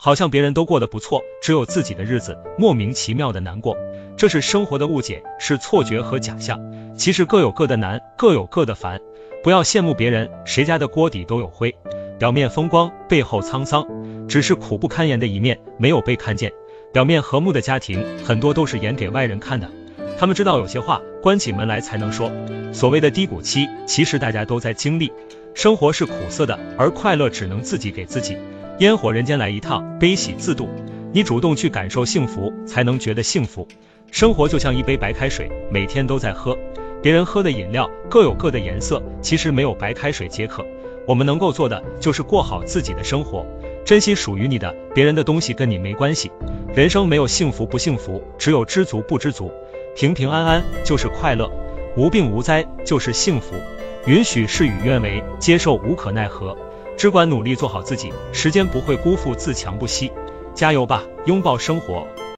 好像别人都过得不错，只有自己的日子莫名其妙的难过。这是生活的误解，是错觉和假象。其实各有各的难，各有各的烦。不要羡慕别人，谁家的锅底都有灰，表面风光，背后沧桑，只是苦不堪言的一面没有被看见。表面和睦的家庭，很多都是演给外人看的。他们知道有些话关起门来才能说。所谓的低谷期，其实大家都在经历。生活是苦涩的，而快乐只能自己给自己。烟火人间来一趟，悲喜自度。你主动去感受幸福，才能觉得幸福。生活就像一杯白开水，每天都在喝。别人喝的饮料各有各的颜色，其实没有白开水解渴。我们能够做的就是过好自己的生活，珍惜属于你的，别人的东西跟你没关系。人生没有幸福不幸福，只有知足不知足。平平安安就是快乐，无病无灾就是幸福。允许事与愿违，接受无可奈何，只管努力做好自己，时间不会辜负自强不息。加油吧，拥抱生活。